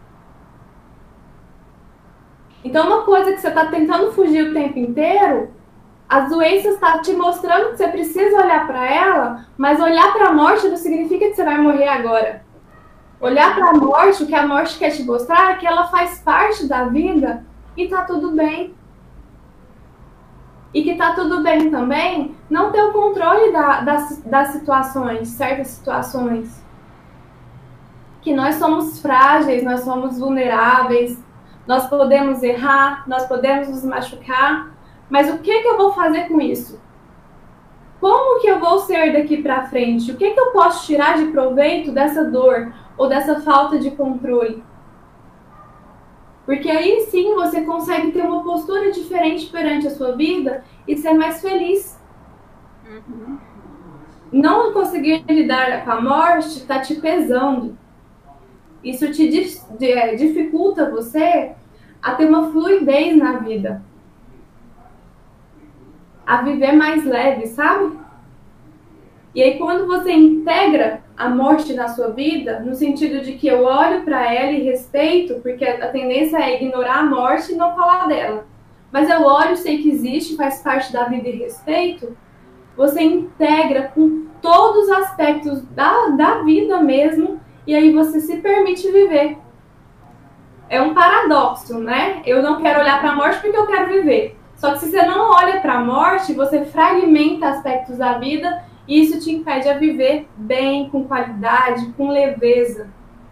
Então, uma coisa que você está tentando fugir o tempo inteiro, as doenças estão te mostrando que você precisa olhar para ela, mas olhar para a morte não significa que você vai morrer agora. Olhar para a morte, o que a morte quer te mostrar é que ela faz parte da vida e tá tudo bem. E que tá tudo bem também não ter o controle da, das, das situações, certas situações. Que nós somos frágeis, nós somos vulneráveis, nós podemos errar, nós podemos nos machucar, mas o que, que eu vou fazer com isso? Como que eu vou ser daqui para frente? O que, que eu posso tirar de proveito dessa dor ou dessa falta de controle? Porque aí sim você consegue ter uma postura diferente perante a sua vida e ser mais feliz. Uhum. Não conseguir lidar com a morte está te pesando. Isso te dificulta você a ter uma fluidez na vida. A viver mais leve, sabe? E aí, quando você integra a morte na sua vida, no sentido de que eu olho para ela e respeito, porque a tendência é ignorar a morte e não falar dela. Mas eu olho, sei que existe, faz parte da vida e respeito, você integra com todos os aspectos da, da vida mesmo, e aí você se permite viver. É um paradoxo, né? Eu não quero olhar para a morte porque eu quero viver. Só que se você não olha para a morte, você fragmenta aspectos da vida e isso te impede a viver bem, com qualidade, com leveza.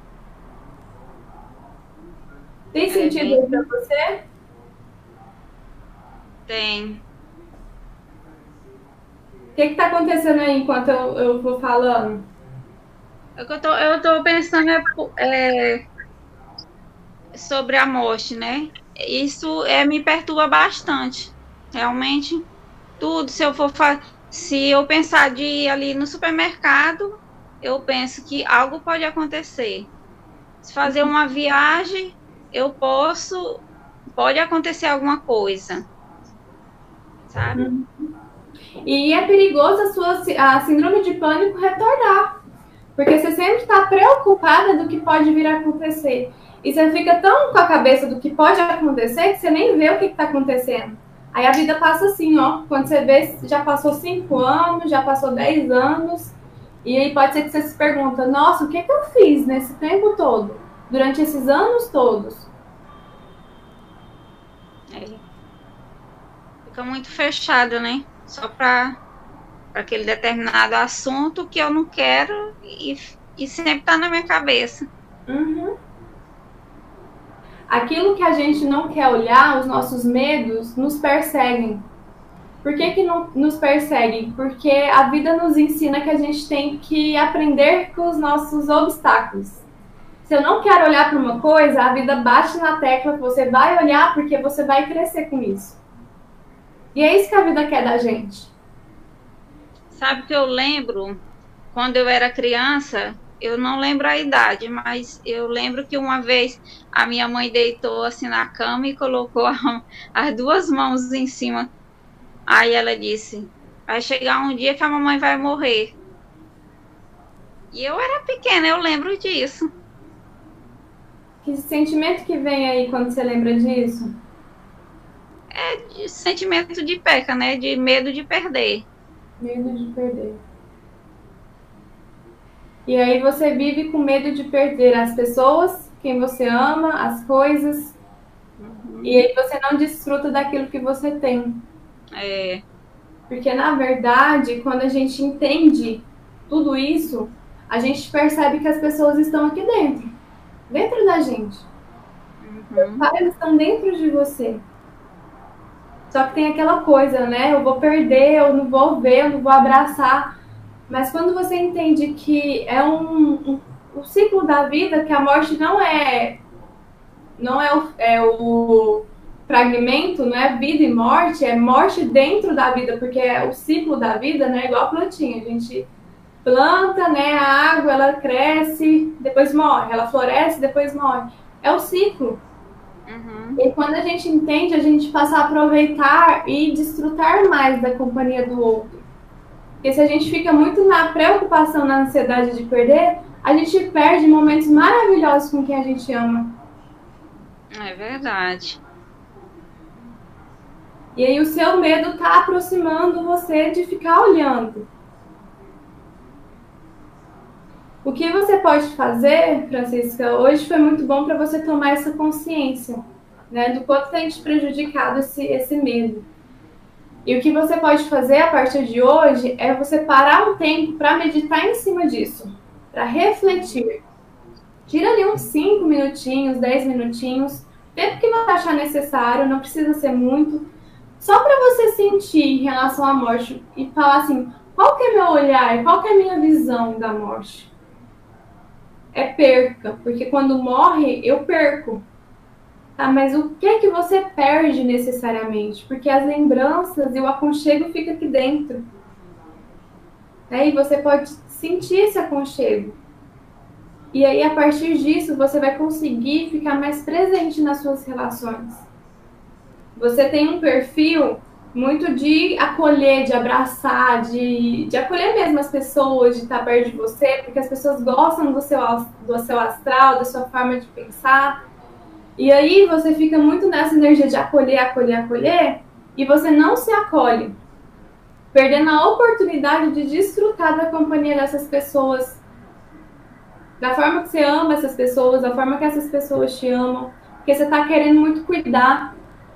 Tem sentido é para você? Tem. O que está acontecendo aí enquanto eu, eu vou falando? Eu tô, eu tô pensando é, é, sobre a morte, né? Isso é, me perturba bastante. Realmente, tudo, se eu for se eu pensar de ir ali no supermercado, eu penso que algo pode acontecer. Se fazer uma viagem, eu posso, pode acontecer alguma coisa, sabe? Uhum. E é perigoso a sua a síndrome de pânico retornar, porque você sempre está preocupada do que pode vir a acontecer. E você fica tão com a cabeça do que pode acontecer que você nem vê o que está acontecendo. Aí a vida passa assim, ó. Quando você vê, já passou cinco anos, já passou dez anos. E aí pode ser que você se pergunta, nossa, o que, que eu fiz nesse tempo todo? Durante esses anos todos? É. Fica muito fechado, né? Só para aquele determinado assunto que eu não quero e, e sempre está na minha cabeça. Uhum. Aquilo que a gente não quer olhar, os nossos medos, nos perseguem. Por que que não nos perseguem? Porque a vida nos ensina que a gente tem que aprender com os nossos obstáculos. Se eu não quero olhar para uma coisa, a vida bate na tecla que você vai olhar porque você vai crescer com isso. E é isso que a vida quer da gente. Sabe que eu lembro, quando eu era criança, eu não lembro a idade, mas eu lembro que uma vez a minha mãe deitou assim na cama e colocou a, as duas mãos em cima. Aí ela disse, vai chegar um dia que a mamãe vai morrer. E eu era pequena, eu lembro disso. Que sentimento que vem aí quando você lembra disso? É de sentimento de perca, né? De medo de perder. Medo de perder. E aí você vive com medo de perder as pessoas, quem você ama, as coisas. Uhum. E aí você não desfruta daquilo que você tem. É. Porque, na verdade, quando a gente entende tudo isso, a gente percebe que as pessoas estão aqui dentro. Dentro da gente. Uhum. Os pais estão dentro de você. Só que tem aquela coisa, né? Eu vou perder, eu não vou ver, eu não vou abraçar. Mas quando você entende que é um, um, um ciclo da vida, que a morte não é, não é o, é o fragmento, não é vida e morte, é morte dentro da vida, porque é o ciclo da vida, né? Igual a plantinha. A gente planta, né? A água, ela cresce, depois morre. Ela floresce, depois morre. É o ciclo. Uhum. E quando a gente entende, a gente passa a aproveitar e desfrutar mais da companhia do outro. Porque se a gente fica muito na preocupação, na ansiedade de perder, a gente perde momentos maravilhosos com quem a gente ama. É verdade. E aí o seu medo está aproximando você de ficar olhando. O que você pode fazer, Francisca, hoje foi muito bom para você tomar essa consciência, né, do quanto tem te prejudicado esse, esse medo. E o que você pode fazer a partir de hoje é você parar um tempo para meditar em cima disso, para refletir. Tira ali uns cinco minutinhos, dez minutinhos, tempo que você achar necessário, não precisa ser muito, só para você sentir em relação à morte e falar assim, qual que é meu olhar, qual que é a minha visão da morte? É perca, porque quando morre, eu perco. Tá, mas o que é que você perde necessariamente? Porque as lembranças e o aconchego ficam aqui dentro. Né? E você pode sentir esse aconchego. E aí, a partir disso, você vai conseguir ficar mais presente nas suas relações. Você tem um perfil muito de acolher, de abraçar, de, de acolher mesmo as pessoas, de estar perto de você, porque as pessoas gostam do seu, do seu astral, da sua forma de pensar. E aí você fica muito nessa energia de acolher, acolher, acolher, e você não se acolhe, perdendo a oportunidade de desfrutar da companhia dessas pessoas, da forma que você ama essas pessoas, da forma que essas pessoas te amam, porque você está querendo muito cuidar.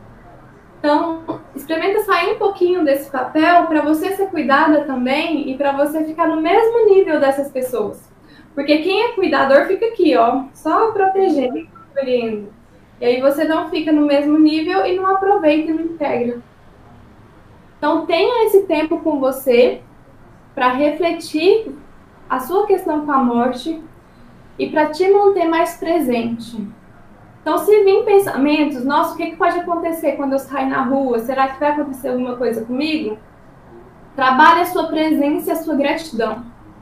Então, experimenta sair um pouquinho desse papel para você ser cuidada também e para você ficar no mesmo nível dessas pessoas. Porque quem é cuidador fica aqui, ó, só protegendo, acolhendo. E aí você não fica no mesmo nível e não aproveita e não integra. Então, tenha esse tempo com você para refletir a sua questão com a morte e para te manter mais presente. Então, se vir pensamentos, nossa, o que, que pode acontecer quando eu sair na rua? Será que vai acontecer alguma coisa comigo? Trabalhe a sua presença e a sua gratidão.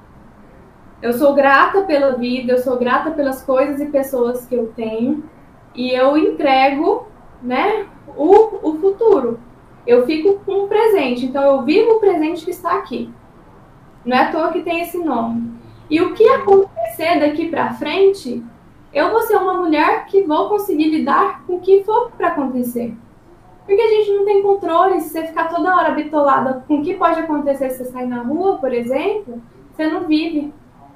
Eu sou grata pela vida, eu sou grata pelas coisas e pessoas que eu tenho. E eu entrego, né, o, o futuro. Eu fico com o presente. Então, eu vivo o presente que está aqui. Não é à toa que tem esse nome. E o que acontecer daqui para frente, eu vou ser uma mulher que vou conseguir lidar com o que for para acontecer. Porque a gente não tem controle. Se você ficar toda hora bitolada com o que pode acontecer se você sair na rua, por exemplo, você não vive.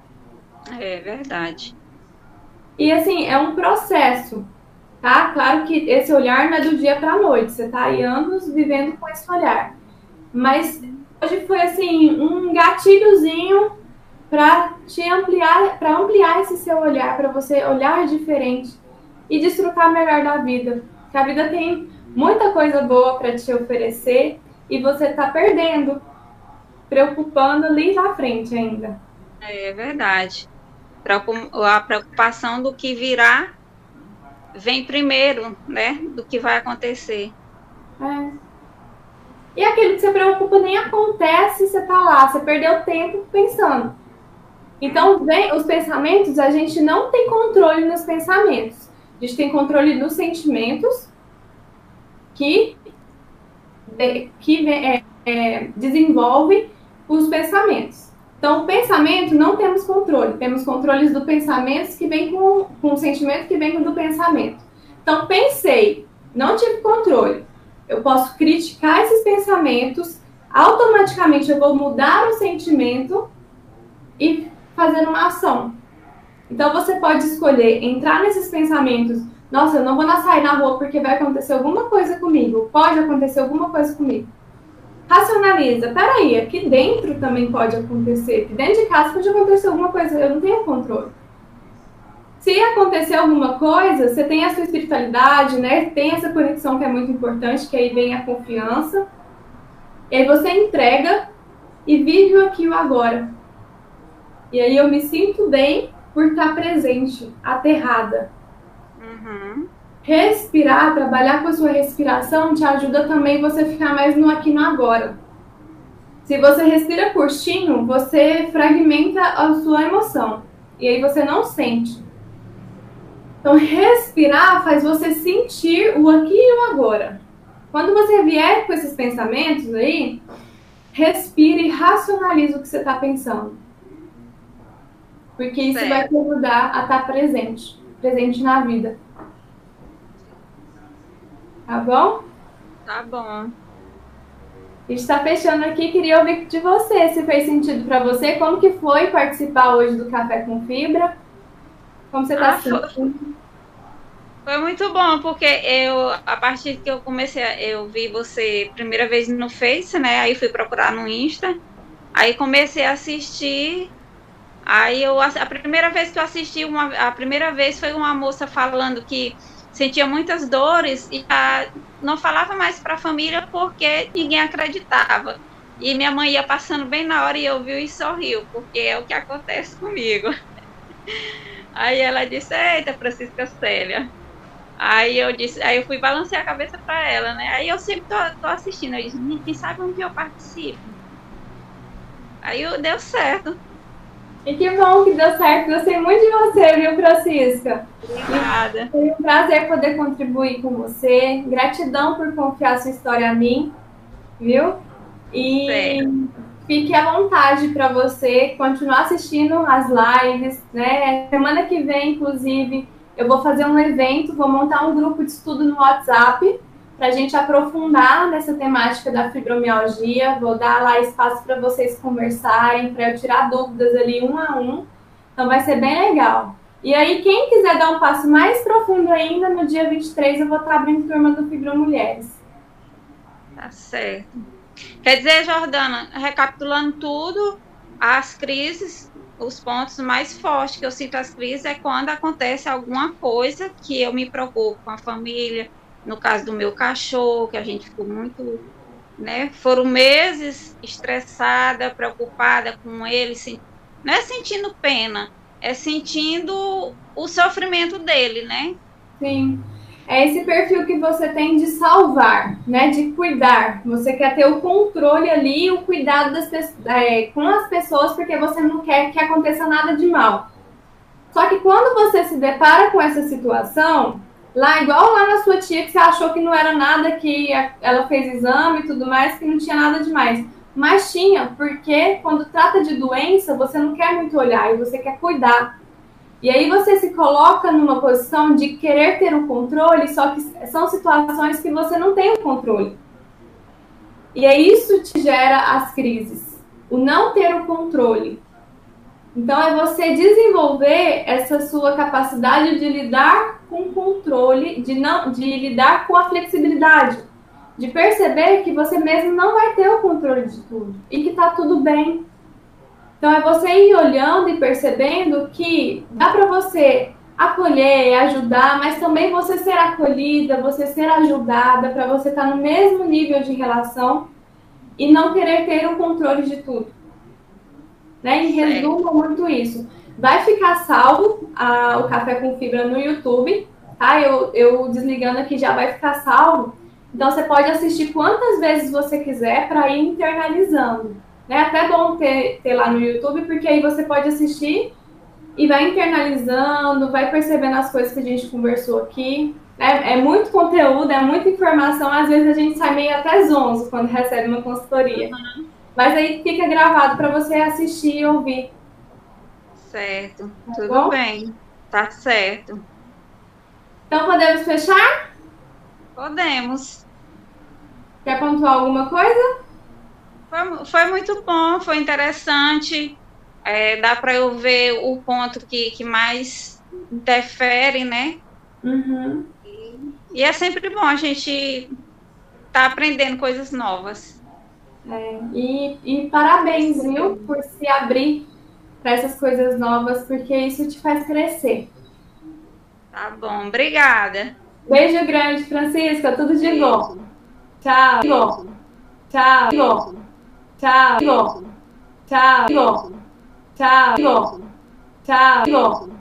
É verdade. E assim, é um processo, tá? Claro que esse olhar não é do dia para a noite. Você tá aí anos vivendo com esse olhar. Mas hoje foi assim, um gatilhozinho para te ampliar, para ampliar esse seu olhar, para você olhar diferente e desfrutar melhor da vida. Porque a vida tem muita coisa boa para te oferecer e você está perdendo, preocupando ali na frente ainda. É verdade. A preocupação do que virá vem primeiro, né, do que vai acontecer. É. E aquilo que você preocupa nem acontece, você tá lá, você perdeu tempo pensando. Então, vem, os pensamentos, a gente não tem controle nos pensamentos. A gente tem controle nos sentimentos que, que é, é, desenvolve os pensamentos. Então, o pensamento não temos controle. Temos controles do pensamento que vem com, com o sentimento que vem do pensamento. Então, pensei, não tive controle. Eu posso criticar esses pensamentos, automaticamente eu vou mudar o sentimento e fazer uma ação. Então você pode escolher entrar nesses pensamentos. Nossa, eu não vou sair na rua porque vai acontecer alguma coisa comigo. Pode acontecer alguma coisa comigo. Racionaliza. Peraí, aqui dentro também pode acontecer. Aqui dentro de casa pode acontecer alguma coisa. Eu não tenho controle. Se acontecer alguma coisa, você tem a sua espiritualidade, né? Tem essa conexão que é muito importante, que aí vem a confiança. E aí você entrega e vive o aqui e o agora. E aí eu me sinto bem por estar presente, aterrada. Uhum. Respirar, trabalhar com a sua respiração te ajuda também você ficar mais no aqui e no agora. Se você respira curtinho, você fragmenta a sua emoção. E aí você não sente. Então, respirar faz você sentir o aqui e o agora. Quando você vier com esses pensamentos aí, respire e racionalize o que você está pensando. Porque isso certo. Vai te ajudar a estar presente, presente na vida. Tá bom? Tá bom. A gente está fechando aqui, queria ouvir de você, se fez sentido para você, como que foi participar hoje do Café com Fibra? Como você está ah, sentindo? Foi muito bom, porque eu, a partir que eu comecei, eu vi você primeira vez no Face, né? Aí fui procurar no Insta, aí comecei a assistir. Aí eu, a primeira vez que eu assisti, uma, a primeira vez foi uma moça falando que sentia muitas dores e a, não falava mais para a família porque ninguém acreditava. E minha mãe ia passando bem na hora e eu vi e sorriu, porque é o que acontece comigo. Aí ela disse, eita, Francisca Célia. Aí eu disse, aí eu fui balancear a cabeça para ela, né? Aí eu sempre tô, tô assistindo, eu disse, quem sabe onde eu participo? Aí eu, deu certo. E que bom que deu certo. Gostei muito de você, viu, Francisca? Obrigada. Foi um prazer poder contribuir com você. Gratidão por confiar sua história a mim. viu? E Certo. fique à vontade para você continuar assistindo as lives, né? Semana que vem, inclusive, eu vou fazer um evento, vou montar um grupo de estudo no WhatsApp para a gente aprofundar nessa temática da fibromialgia. Vou dar lá espaço para vocês conversarem, para eu tirar dúvidas ali um a um. Então vai ser bem legal. E aí, quem quiser dar um passo mais profundo ainda, no dia vinte e três eu vou estar abrindo turma do Fibromulheres. Tá certo. Quer dizer, Jordana, recapitulando tudo, as crises, os pontos mais fortes que eu sinto as crises é quando acontece alguma coisa que eu me preocupo com a família, no caso do meu cachorro, que a gente ficou muito, né, foram meses estressada, preocupada com ele, não é sentindo pena, é sentindo o sofrimento dele, né? Sim. É esse perfil que você tem de salvar, né? De cuidar. Você quer ter o controle ali, o cuidado das, é, com as pessoas, porque você não quer que aconteça nada de mal. Só que quando você se depara com essa situação, lá igual lá na sua tia, que você achou que não era nada, que ela fez exame e tudo mais, que não tinha nada demais. Mas tinha, porque quando trata de doença, você não quer muito olhar e você quer cuidar. E aí você se coloca numa posição de querer ter o controle, só que são situações que você não tem o controle. E aí isso te gera as crises, o não ter o controle. Então é você desenvolver essa sua capacidade de lidar com o controle, de, não, de lidar com a flexibilidade, de perceber que você mesmo não vai ter o controle de tudo e que tá tudo bem. Então é você ir olhando e percebendo que dá para você acolher, ajudar, mas também você ser acolhida, você ser ajudada, para você estar no mesmo nível de relação e não querer ter o controle de tudo. Né? Em resumo, muito isso. Vai ficar salvo a, o Café com Fibra no YouTube, tá? Eu, eu desligando aqui já vai ficar salvo. Então você pode assistir quantas vezes você quiser para ir internalizando. É até bom ter, ter lá no YouTube, porque aí você pode assistir e vai internalizando, vai percebendo as coisas que a gente conversou aqui. É, é muito conteúdo, é muita informação, às vezes a gente sai meio até zonzo quando recebe uma consultoria. Uhum. Mas aí fica gravado para você assistir e ouvir. Certo, tá tudo bom? Bem, tá certo. Então podemos fechar? Podemos. Quer pontuar alguma coisa? Foi, foi muito bom, foi interessante. É, dá para eu ver o ponto que, que mais interfere, né? Uhum. E, e é sempre bom a gente tá aprendendo coisas novas. É, e, e parabéns, Sim. viu, por se abrir para essas coisas novas, porque isso te faz crescer. Tá bom, obrigada. Beijo grande, Francisca, tudo de Beijo. bom. Tchau. Beijo. Tchau. Beijo. Tchau. Beijo. Tchau. Beijo. Tchau. Beijo. Tchau. Beijo.